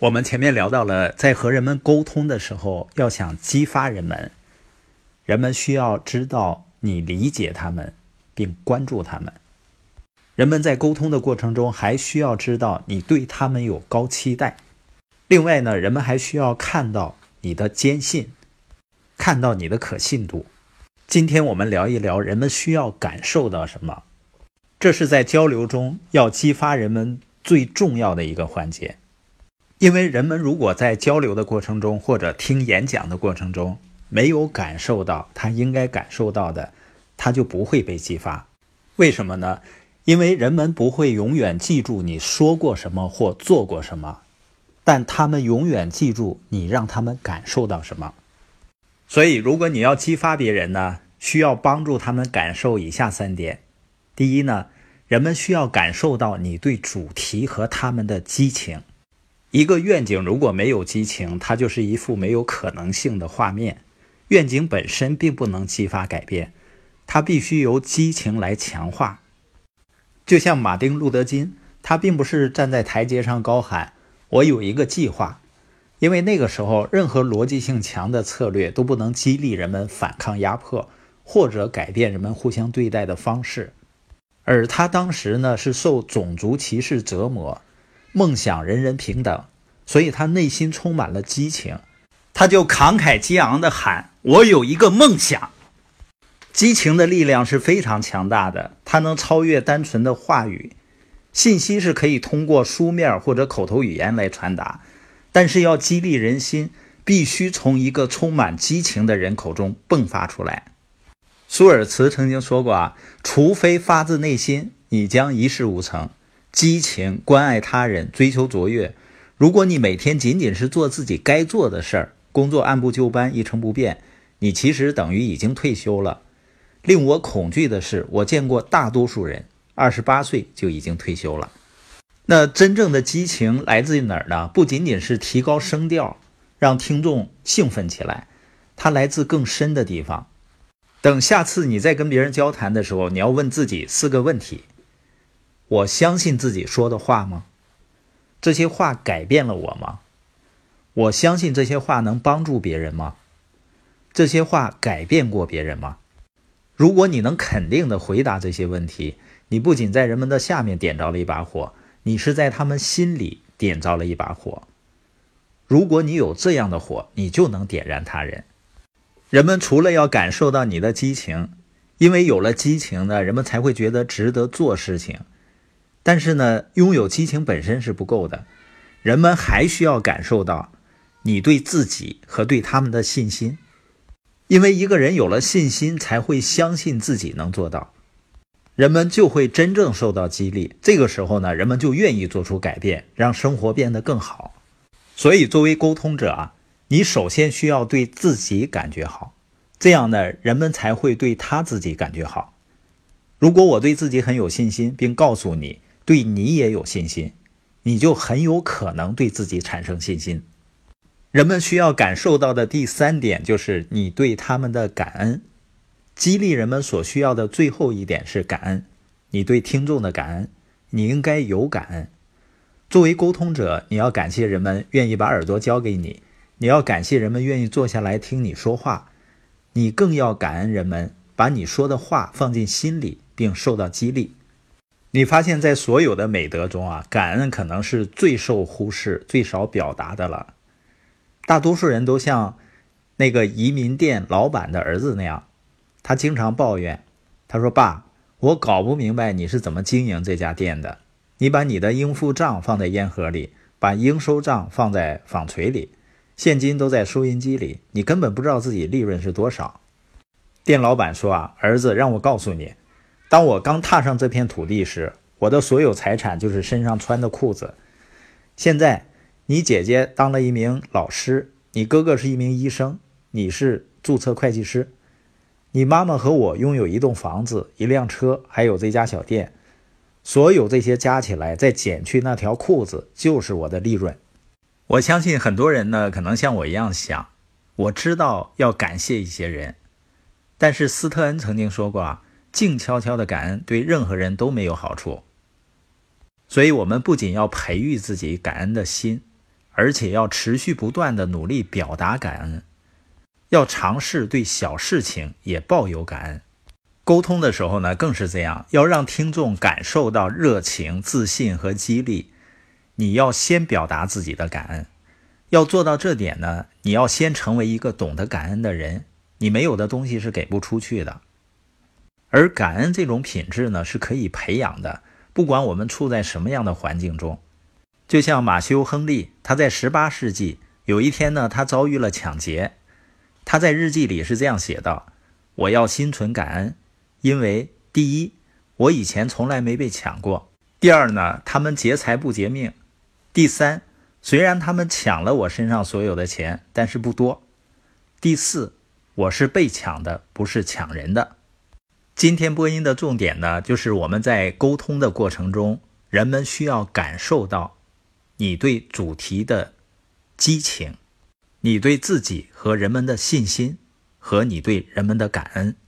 我们前面聊到了，在和人们沟通的时候，要想激发人们，人们需要知道你理解他们，并关注他们。人们在沟通的过程中，还需要知道你对他们有高期待。另外呢，人们还需要看到你的坚信，看到你的可信度。今天我们聊一聊人们需要感受到什么，这是在交流中要激发人们最重要的一个环节。因为人们如果在交流的过程中或者听演讲的过程中没有感受到他应该感受到的，他就不会被激发。为什么呢？因为人们不会永远记住你说过什么或做过什么，但他们永远记住你让他们感受到什么。所以如果你要激发别人呢，需要帮助他们感受以下3点。第一呢，人们需要感受到你对主题和他们的激情。一个愿景如果没有激情，它就是一幅没有可能性的画面。愿景本身并不能激发改变，它必须由激情来强化。就像马丁·路德·金，他并不是站在台阶上高喊我有一个计划，因为那个时候任何逻辑性强的策略都不能激励人们反抗压迫，或者改变人们互相对待的方式。而他当时呢，是受种族歧视折磨，梦想人人平等，所以他内心充满了激情，他就慷慨激昂地喊我有一个梦想。激情的力量是非常强大的，它能超越单纯的话语。信息是可以通过书面或者口头语言来传达，但是要激励人心，必须从一个充满激情的人口中迸发出来。舒尔茨曾经说过除非发自内心，你将一事无成。激情、关爱他人、追求卓越，如果你每天仅仅是做自己该做的事儿，工作按部就班、一成不变，你其实等于已经退休了。令我恐惧的是，我见过大多数人28岁就已经退休了。那真正的激情来自于哪儿呢？不仅仅是提高声调，让听众兴奋起来，它来自更深的地方。等下次你在跟别人交谈的时候，你要问自己4个问题。我相信自己说的话吗？这些话改变了我吗？我相信这些话能帮助别人吗？这些话改变过别人吗？如果你能肯定地回答这些问题，你不仅在人们的下面点着了一把火，你是在他们心里点着了一把火。如果你有这样的火，你就能点燃他人。人们除了要感受到你的激情，因为有了激情呢，人们才会觉得值得做事情。但是呢，拥有激情本身是不够的，人们还需要感受到你对自己和对他们的信心。因为一个人有了信心，才会相信自己能做到，人们就会真正受到激励。这个时候呢，人们就愿意做出改变，让生活变得更好。所以作为沟通者你首先需要对自己感觉好，这样呢，人们才会对他自己感觉好。如果我对自己很有信心，并告诉你对你也有信心，你就很有可能对自己产生信心。人们需要感受到的第3点就是你对他们的感恩。激励人们所需要的最后一点是感恩，你对听众的感恩，你应该有感恩。作为沟通者，你要感谢人们愿意把耳朵交给你，你要感谢人们愿意坐下来听你说话，你更要感恩人们把你说的话放进心里并受到激励。你发现在所有的美德中感恩可能是最受忽视、最少表达的了。大多数人都像那个移民店老板的儿子那样，他经常抱怨，他说爸，我搞不明白你是怎么经营这家店的，你把你的应付账放在烟盒里，把应收账放在纺锤里，现金都在收银机里，你根本不知道自己利润是多少。店老板说儿子，让我告诉你，当我刚踏上这片土地时，我的所有财产就是身上穿的裤子。现在你姐姐当了一名老师，你哥哥是一名医生，你是注册会计师，你妈妈和我拥有一栋房子、一辆车，还有这家小店。所有这些加起来，再减去那条裤子，就是我的利润。我相信很多人呢，可能像我一样想，我知道要感谢一些人，但是斯特恩曾经说过静悄悄的感恩对任何人都没有好处。所以我们不仅要培育自己感恩的心， 而且要持续不断地努力表达感恩，要尝试对小事情也抱有感恩。沟通的时候呢，更是这样，要让听众感受到热情、自信和激励。你要先表达自己的感恩，要做到这点呢，你要先成为一个懂得感恩的人，你没有的东西是给不出去的。而感恩这种品质呢，是可以培养的，不管我们处在什么样的环境中。就像马修·亨利，他在18世纪有一天呢，他遭遇了抢劫，他在日记里是这样写道：我要心存感恩，因为第一，我以前从来没被抢过；第二呢，他们劫财不劫命；第三，虽然他们抢了我身上所有的钱，但是不多；第四，我是被抢的，不是抢人的。今天播音的重点呢，就是我们在沟通的过程中，人们需要感受到你对主题的激情，你对自己和人们的信心，和你对人们的感恩。